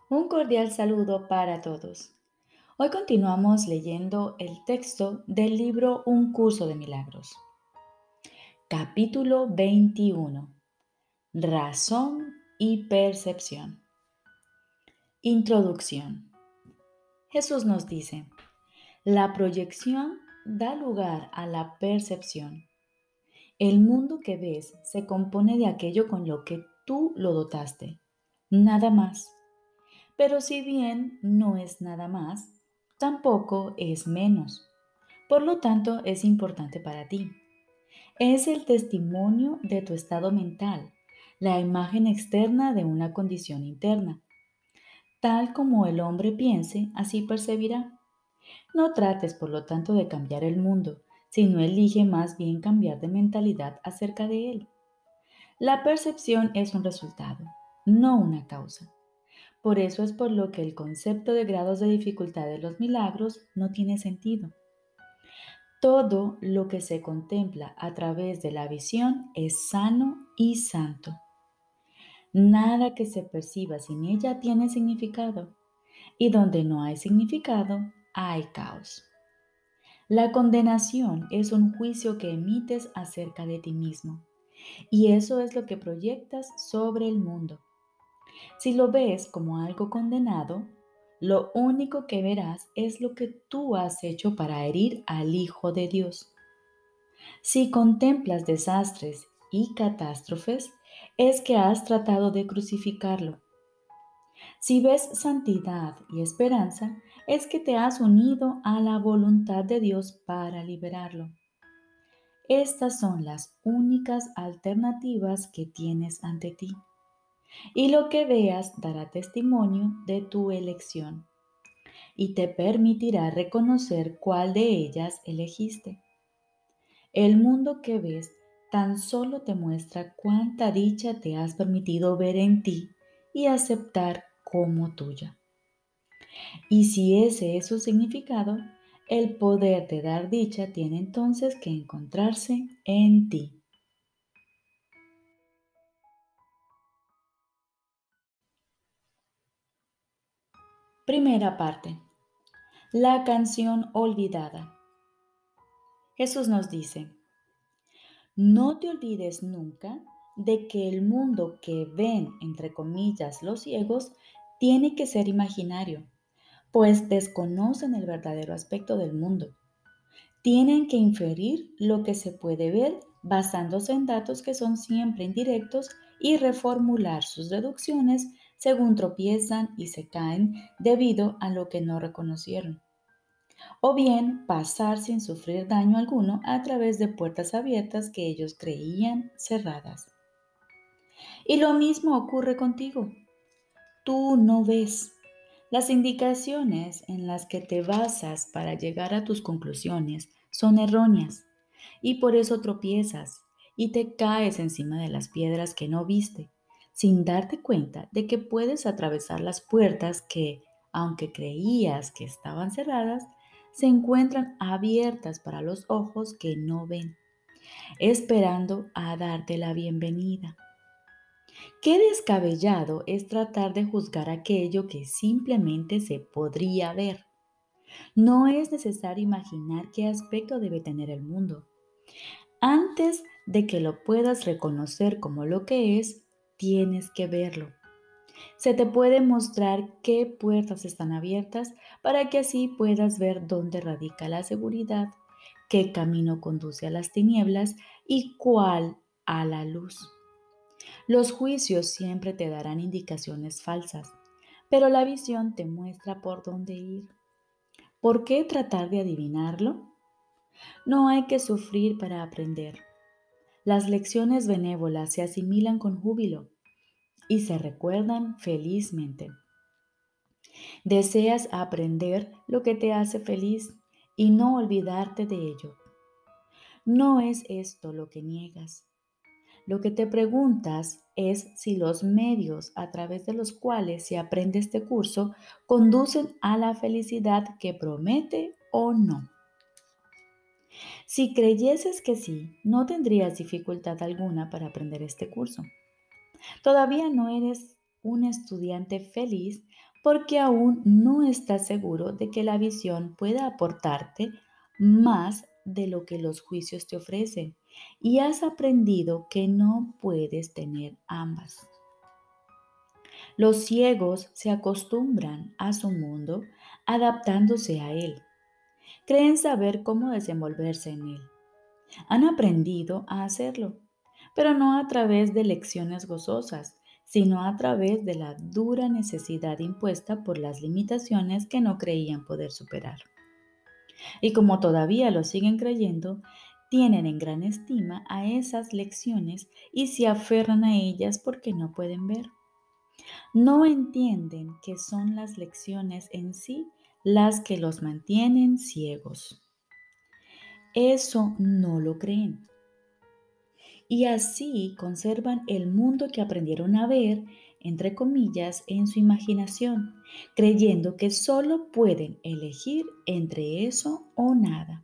Un cordial saludo para todos. Hoy continuamos leyendo el texto del libro Un curso de milagros. Capítulo 21. Razón y percepción. Introducción. Jesús nos dice, la proyección da lugar a la percepción. El mundo que ves se compone de aquello con lo que tú lo dotaste, nada más. Pero si bien no es nada más, tampoco es menos. Por lo tanto, es importante para ti. Es el testimonio de tu estado mental, la imagen externa de una condición interna. Tal como el hombre piense, así percibirá. No trates, por lo tanto, de cambiar el mundo, sino elige más bien cambiar de mentalidad acerca de él. La percepción es un resultado, no una causa. Por eso es por lo que el concepto de grados de dificultad de los milagros no tiene sentido. Todo lo que se contempla a través de la visión es sano y santo. Nada que se perciba sin ella tiene significado, y donde no hay significado, hay caos. La condenación es un juicio que emites acerca de ti mismo, y eso es lo que proyectas sobre el mundo. Si lo ves como algo condenado, lo único que verás es lo que tú has hecho para herir al Hijo de Dios. Si contemplas desastres y catástrofes, es que has tratado de crucificarlo. Si ves santidad y esperanza, es que te has unido a la voluntad de Dios para liberarlo. Estas son las únicas alternativas que tienes ante ti. Y lo que veas dará testimonio de tu elección y te permitirá reconocer cuál de ellas elegiste. El mundo que ves tan solo te muestra cuánta dicha te has permitido ver en ti y aceptar como tuya. Y si ese es su significado, el poder de dar dicha tiene entonces que encontrarse en ti. Primera parte. La canción olvidada. Jesús nos dice, no te olvides nunca de que el mundo que ven, entre comillas, los ciegos, tiene que ser imaginario, pues desconocen el verdadero aspecto del mundo. Tienen que inferir lo que se puede ver basándose en datos que son siempre indirectos y reformular sus deducciones según tropiezan y se caen debido a lo que no reconocieron. O bien pasar sin sufrir daño alguno a través de puertas abiertas que ellos creían cerradas. Y lo mismo ocurre contigo. Tú no ves. Las indicaciones en las que te basas para llegar a tus conclusiones son erróneas y por eso tropiezas y te caes encima de las piedras que no viste, sin darte cuenta de que puedes atravesar las puertas que, aunque creías que estaban cerradas, se encuentran abiertas para los ojos que no ven, esperando a darte la bienvenida. Qué descabellado es tratar de juzgar aquello que simplemente se podría ver. No es necesario imaginar qué aspecto debe tener el mundo. Antes de que lo puedas reconocer como lo que es, tienes que verlo. Se te puede mostrar qué puertas están abiertas para que así puedas ver dónde radica la seguridad, qué camino conduce a las tinieblas y cuál a la luz. Los juicios siempre te darán indicaciones falsas, pero la visión te muestra por dónde ir. ¿Por qué tratar de adivinarlo? No hay que sufrir para aprender. Las lecciones benévolas se asimilan con júbilo y se recuerdan felizmente. Deseas aprender lo que te hace feliz y no olvidarte de ello. No es esto lo que niegas. Lo que te preguntas es si los medios a través de los cuales se aprende este curso conducen a la felicidad que promete o no. Si creyeses que sí, no tendrías dificultad alguna para aprender este curso. Todavía no eres un estudiante feliz porque aún no estás seguro de que la visión pueda aportarte más de lo que los juicios te ofrecen y has aprendido que no puedes tener ambas. Los ciegos se acostumbran a su mundo adaptándose a él. Creen saber cómo desenvolverse en él. Han aprendido a hacerlo, pero no a través de lecciones gozosas, sino a través de la dura necesidad impuesta por las limitaciones que no creían poder superar. Y como todavía lo siguen creyendo, tienen en gran estima a esas lecciones y se aferran a ellas porque no pueden ver. No entienden que son las lecciones en sí las que los mantienen ciegos. Eso no lo creen. Y así conservan el mundo que aprendieron a ver, entre comillas, en su imaginación, creyendo que solo pueden elegir entre eso o nada.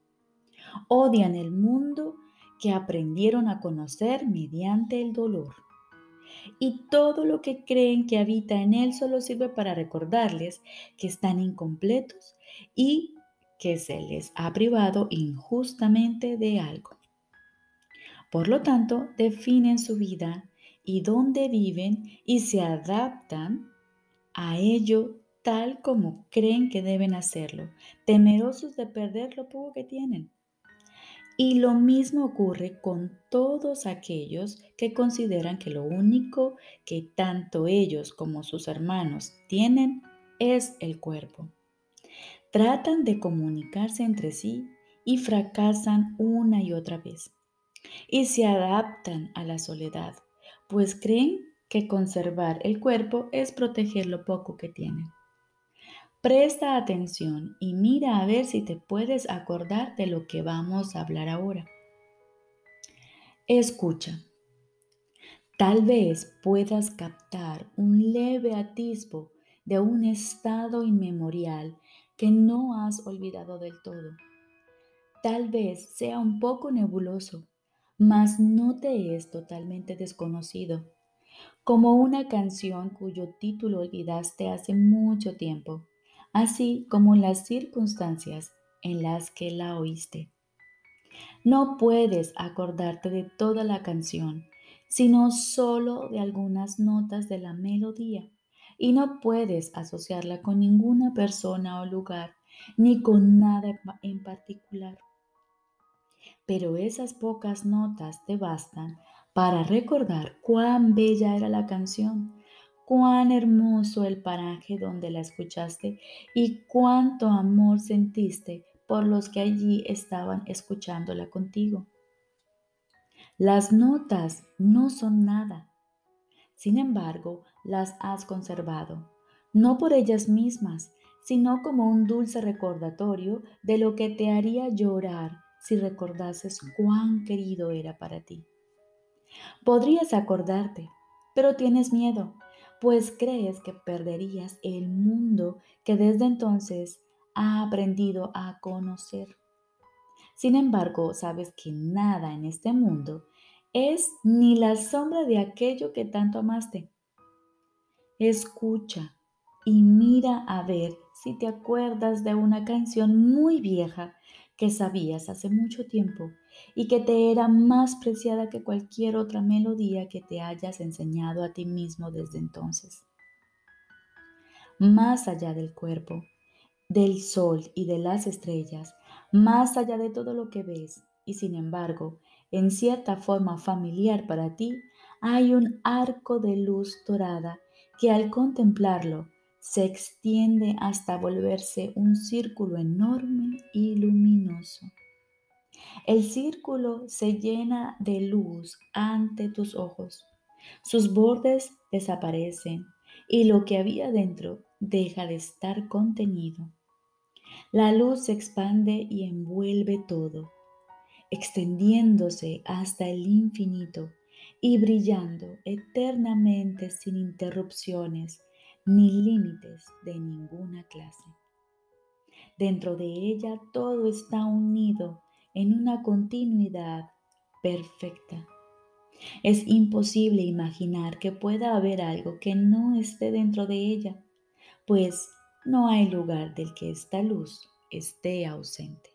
Odian el mundo que aprendieron a conocer mediante el dolor. Y todo lo que creen que habita en él solo sirve para recordarles que están incompletos y que se les ha privado injustamente de algo. Por lo tanto, definen su vida y dónde viven y se adaptan a ello tal como creen que deben hacerlo, temerosos de perder lo poco que tienen. Y lo mismo ocurre con todos aquellos que consideran que lo único que tanto ellos como sus hermanos tienen es el cuerpo. Tratan de comunicarse entre sí y fracasan una y otra vez. Y se adaptan a la soledad, pues creen que conservar el cuerpo es proteger lo poco que tienen. Presta atención y mira a ver si te puedes acordar de lo que vamos a hablar ahora. Escucha, tal vez puedas captar un leve atisbo de un estado inmemorial que no has olvidado del todo. Tal vez sea un poco nebuloso, mas no te es totalmente desconocido, como una canción cuyo título olvidaste hace mucho tiempo, así como las circunstancias en las que la oíste. No puedes acordarte de toda la canción, sino solo de algunas notas de la melodía, y no puedes asociarla con ninguna persona o lugar, ni con nada en particular. Pero esas pocas notas te bastan para recordar cuán bella era la canción, cuán hermoso el paraje donde la escuchaste y cuánto amor sentiste por los que allí estaban escuchándola contigo. Las notas no son nada, sin embargo, las has conservado, no por ellas mismas, sino como un dulce recordatorio de lo que te haría llorar si recordases cuán querido era para ti. Podrías acordarte, pero tienes miedo, pues crees que perderías el mundo que desde entonces ha aprendido a conocer. Sin embargo, sabes que nada en este mundo es ni la sombra de aquello que tanto amaste. Escucha y mira a ver si te acuerdas de una canción muy vieja que sabías hace mucho tiempo y que te era más preciada que cualquier otra melodía que te hayas enseñado a ti mismo desde entonces. Más allá del cuerpo, del sol y de las estrellas, más allá de todo lo que ves, y sin embargo, en cierta forma familiar para ti, hay un arco de luz dorada que al contemplarlo se extiende hasta volverse un círculo enorme y luminoso. El círculo se llena de luz ante tus ojos. Sus bordes desaparecen y lo que había dentro deja de estar contenido. La luz se expande y envuelve todo, extendiéndose hasta el infinito y brillando eternamente sin interrupciones ni límites de ninguna clase. Dentro de ella todo está unido en una continuidad perfecta. Es imposible imaginar que pueda haber algo que no esté dentro de ella, pues no hay lugar del que esta luz esté ausente.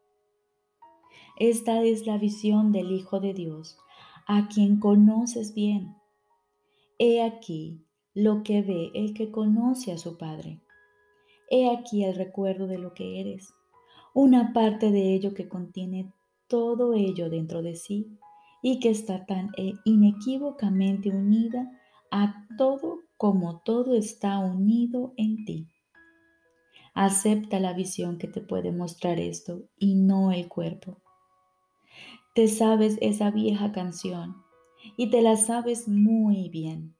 Esta es la visión del Hijo de Dios, a quien conoces bien. He aquí lo que ve el que conoce a su Padre. He aquí el recuerdo de lo que eres, una parte de ello que contiene todo ello dentro de sí y que está tan inequívocamente unida a todo como todo está unido en ti. Acepta la visión que te puede mostrar esto y no el cuerpo. Te sabes esa vieja canción y te la sabes muy bien.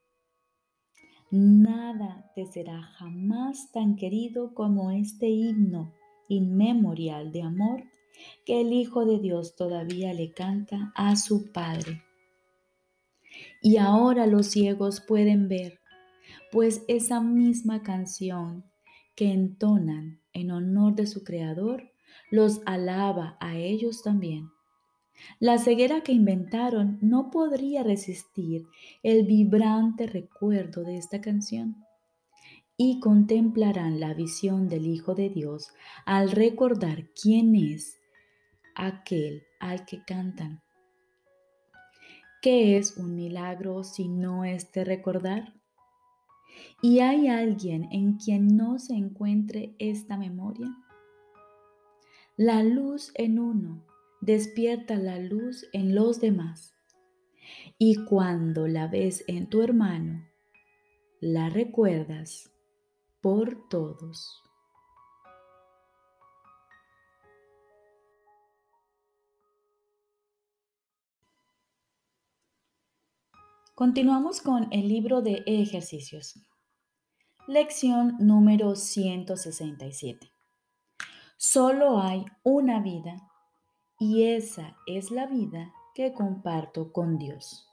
Nada te será jamás tan querido como este himno inmemorial de amor que el Hijo de Dios todavía le canta a su Padre. Y ahora los ciegos pueden ver, pues esa misma canción que entonan en honor de su Creador los alaba a ellos también. La ceguera que inventaron no podría resistir el vibrante recuerdo de esta canción y contemplarán la visión del Hijo de Dios al recordar quién es aquel al que cantan. ¿Qué es un milagro si no este recordar? ¿Y hay alguien en quien no se encuentre esta memoria? La luz en uno despierta la luz en los demás. Y cuando la ves en tu hermano, la recuerdas por todos. Continuamos con el libro de ejercicios. Lección número 167. Solo hay una vida y esa es la vida que comparto con Dios.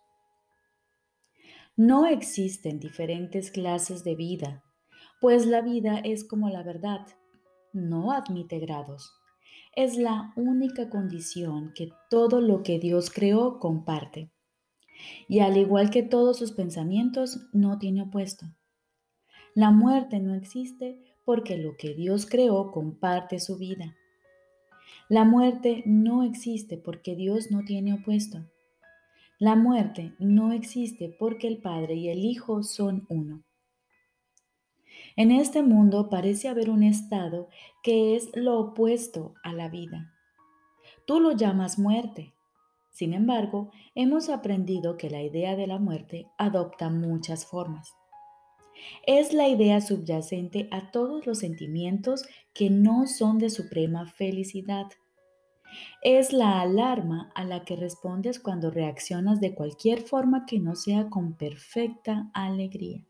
No existen diferentes clases de vida, pues la vida es como la verdad, no admite grados. Es la única condición que todo lo que Dios creó comparte. Y al igual que todos sus pensamientos, no tiene opuesto. La muerte no existe porque lo que Dios creó comparte su vida. La muerte no existe porque Dios no tiene opuesto. La muerte no existe porque el Padre y el Hijo son uno. En este mundo parece haber un estado que es lo opuesto a la vida. Tú lo llamas muerte. Sin embargo, hemos aprendido que la idea de la muerte adopta muchas formas. Es la idea subyacente a todos los sentimientos que no son de suprema felicidad. Es la alarma a la que respondes cuando reaccionas de cualquier forma que no sea con perfecta alegría.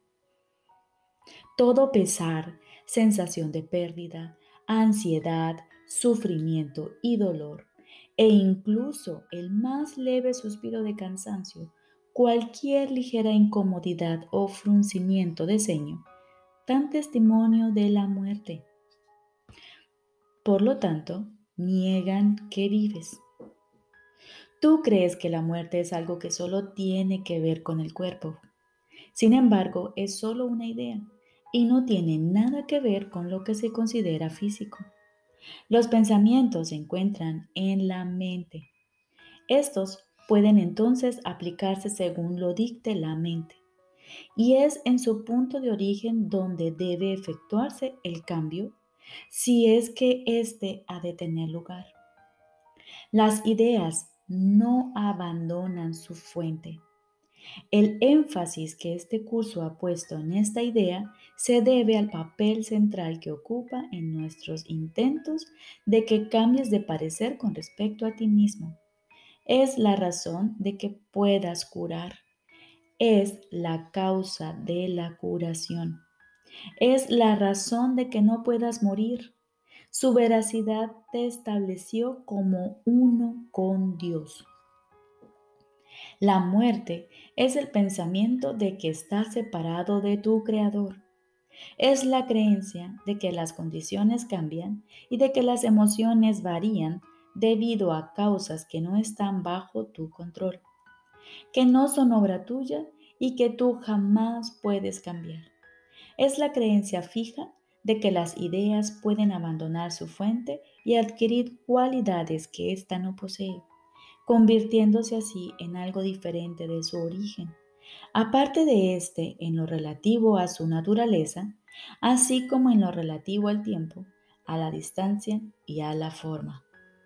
Todo pesar, sensación de pérdida, ansiedad, sufrimiento y dolor, e incluso el más leve suspiro de cansancio, cualquier ligera incomodidad o fruncimiento de ceño, dan testimonio de la muerte. Por lo tanto, niegan que vives. Tú crees que la muerte es algo que solo tiene que ver con el cuerpo. Sin embargo, es solo una idea y no tiene nada que ver con lo que se considera físico. Los pensamientos se encuentran en la mente. Estos pueden entonces aplicarse según lo dicte la mente, y es en su punto de origen donde debe efectuarse el cambio, si es que éste ha de tener lugar. Las ideas no abandonan su fuente. El énfasis que este curso ha puesto en esta idea se debe al papel central que ocupa en nuestros intentos de que cambies de parecer con respecto a ti mismo. Es la razón de que puedas curar. Es la causa de la curación. Es la razón de que no puedas morir. Su veracidad te estableció como uno con Dios. La muerte es el pensamiento de que estás separado de tu Creador. Es la creencia de que las condiciones cambian y de que las emociones varían debido a causas que no están bajo tu control, que no son obra tuya y que tú jamás puedes cambiar. Es la creencia fija de que las ideas pueden abandonar su fuente y adquirir cualidades que ésta no posee, convirtiéndose así en algo diferente de su origen. Aparte de este, en lo relativo a su naturaleza, así como en lo relativo al tiempo, a la distancia y a la forma.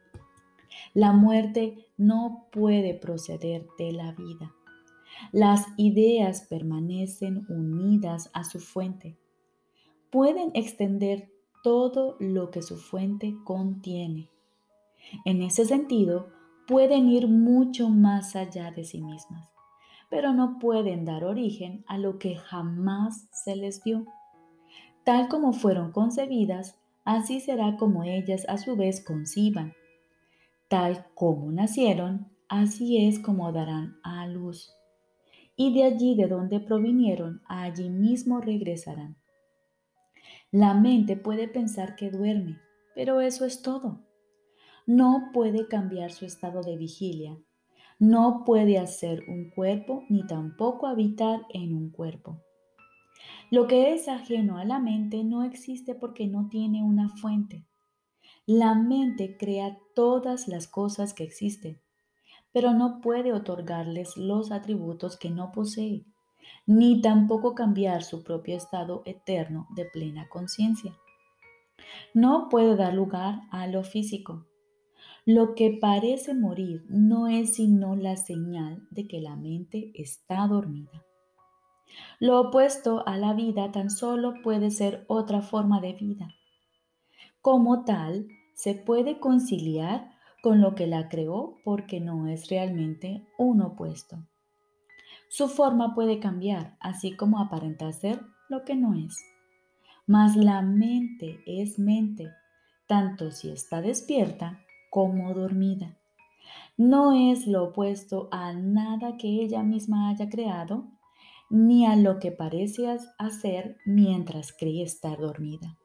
La muerte no puede proceder de la vida. Las ideas permanecen unidas a su fuente. Pueden extender todo lo que su fuente contiene. En ese sentido, pueden ir mucho más allá de sí mismas, pero no pueden dar origen a lo que jamás se les dio. Tal como fueron concebidas, así será como ellas a su vez conciban. Tal como nacieron, así es como darán a luz. Y de allí de donde provinieron, allí mismo regresarán. La mente puede pensar que duerme, pero eso es todo. No puede cambiar su estado de vigilia. No puede hacer un cuerpo ni tampoco habitar en un cuerpo. Lo que es ajeno a la mente no existe porque no tiene una fuente. La mente crea todas las cosas que existen, pero no puede otorgarles los atributos que no posee, ni tampoco cambiar su propio estado eterno de plena conciencia. No puede dar lugar a lo físico. Lo que parece morir no es sino la señal de que la mente está dormida. Lo opuesto a la vida tan solo puede ser otra forma de vida. Como tal, se puede conciliar con lo que la creó porque no es realmente un opuesto. Su forma puede cambiar, así como aparenta ser lo que no es. Mas la mente es mente, tanto si está despierta como dormida. No es lo opuesto a nada que ella misma haya creado, ni a lo que parece hacer mientras cree estar dormida.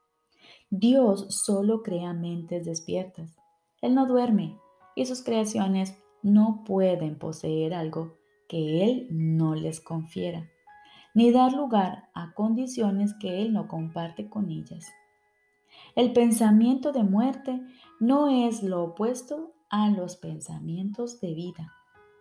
Dios solo crea mentes despiertas. Él no duerme y sus creaciones no pueden poseer algo que Él no les confiera, ni dar lugar a condiciones que Él no comparte con ellas. El pensamiento de muerte no es lo opuesto a los pensamientos de vida.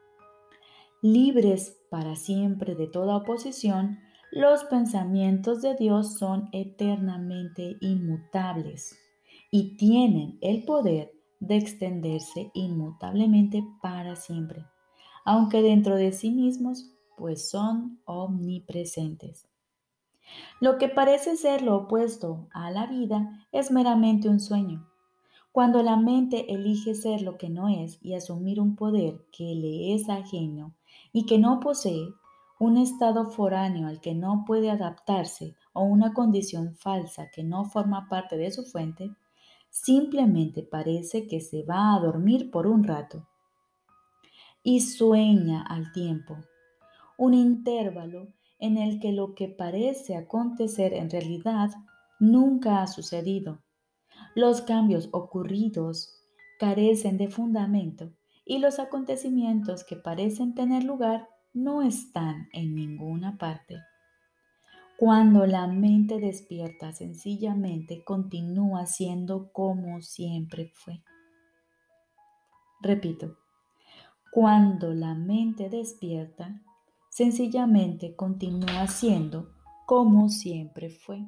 Libres para siempre de toda oposición, los pensamientos de Dios son eternamente inmutables y tienen el poder de extenderse inmutablemente para siempre, aunque dentro de sí mismos, pues son omnipresentes. Lo que parece ser lo opuesto a la vida es meramente un sueño. Cuando la mente elige ser lo que no es y asumir un poder que le es ajeno y que no posee, un estado foráneo al que no puede adaptarse o una condición falsa que no forma parte de su fuente, simplemente parece que se va a dormir por un rato y sueña al tiempo, un intervalo en el que lo que parece acontecer en realidad nunca ha sucedido. Los cambios ocurridos carecen de fundamento y los acontecimientos que parecen tener lugar no están en ninguna parte. Cuando la mente despierta sencillamente continúa siendo como siempre fue. Repito, cuando la mente despierta sencillamente continúa siendo como siempre fue.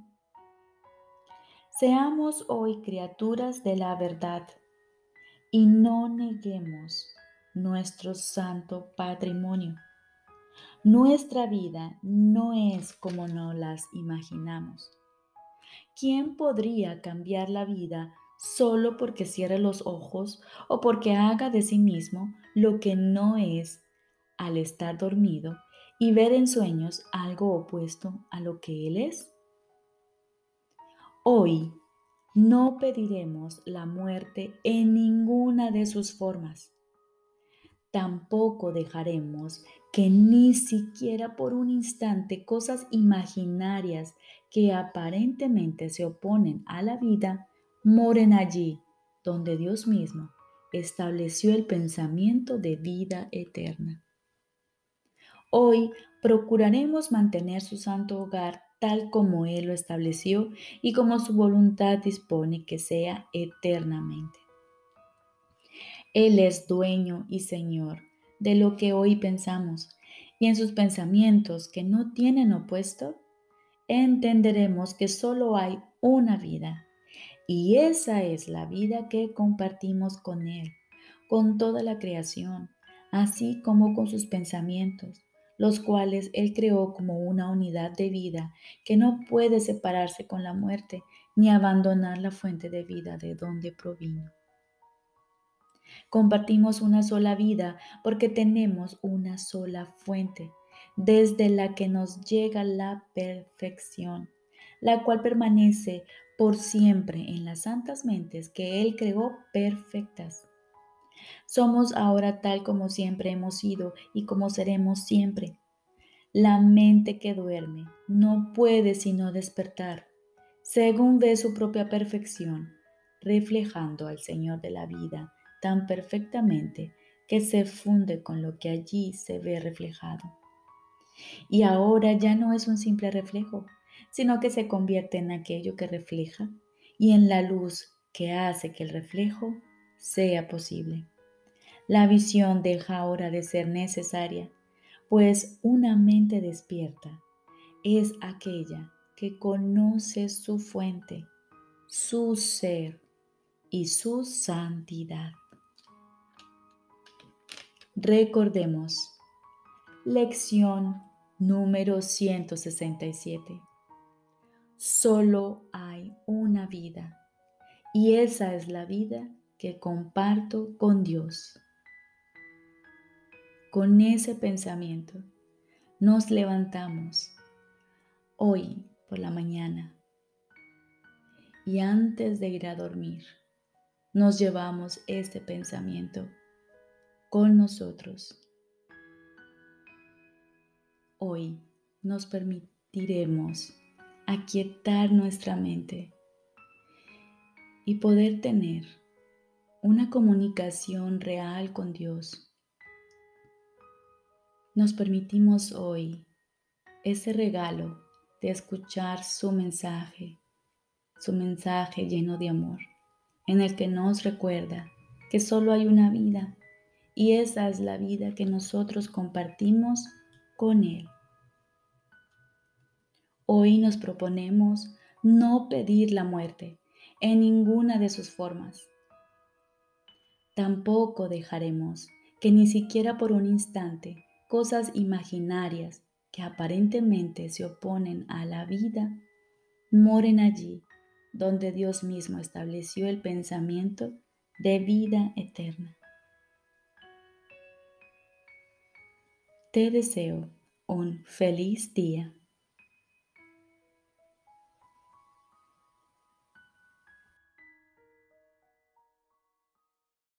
Seamos hoy criaturas de la verdad y no neguemos nuestro santo patrimonio. Nuestra vida no es como nos las imaginamos. ¿Quién podría cambiar la vida solo porque cierre los ojos o porque haga de sí mismo lo que no es al estar dormido y ver en sueños algo opuesto a lo que él es? Hoy no pediremos la muerte en ninguna de sus formas. Tampoco dejaremos que ni siquiera por un instante cosas imaginarias que aparentemente se oponen a la vida moren allí donde Dios mismo estableció el pensamiento de vida eterna. Hoy procuraremos mantener su santo hogar tal como Él lo estableció y como su voluntad dispone que sea eternamente. Él es dueño y Señor de lo que hoy pensamos, y en sus pensamientos que no tienen opuesto, entenderemos que solo hay una vida, y esa es la vida que compartimos con Él, con toda la creación, así como con sus pensamientos, los cuales Él creó como una unidad de vida que no puede separarse con la muerte ni abandonar la fuente de vida de donde provino. Compartimos una sola vida porque tenemos una sola fuente, desde la que nos llega la perfección, la cual permanece por siempre en las santas mentes que Él creó perfectas. Somos ahora tal como siempre hemos sido y como seremos siempre. La mente que duerme no puede sino despertar, según ve su propia perfección, reflejando al Señor de la vida tan perfectamente que se funde con lo que allí se ve reflejado. Y ahora ya no es un simple reflejo, sino que se convierte en aquello que refleja y en la luz que hace que el reflejo sea posible. La visión deja ahora de ser necesaria, pues una mente despierta es aquella que conoce su fuente, su ser y su santidad. Recordemos, lección número 167. Solo hay una vida y esa es la vida que comparto con Dios. Con ese pensamiento nos levantamos hoy por la mañana y antes de ir a dormir nos llevamos este pensamiento con nosotros. Hoy nos permitiremos aquietar nuestra mente y poder tener una comunicación real con Dios. Nos permitimos hoy ese regalo de escuchar su mensaje lleno de amor, en el que nos recuerda que solo hay una vida y esa es la vida que nosotros compartimos con Él. Hoy nos proponemos no pedir la muerte en ninguna de sus formas. Tampoco dejaremos que ni siquiera por un instante cosas imaginarias que aparentemente se oponen a la vida moren allí donde Dios mismo estableció el pensamiento de vida eterna. Te deseo un feliz día.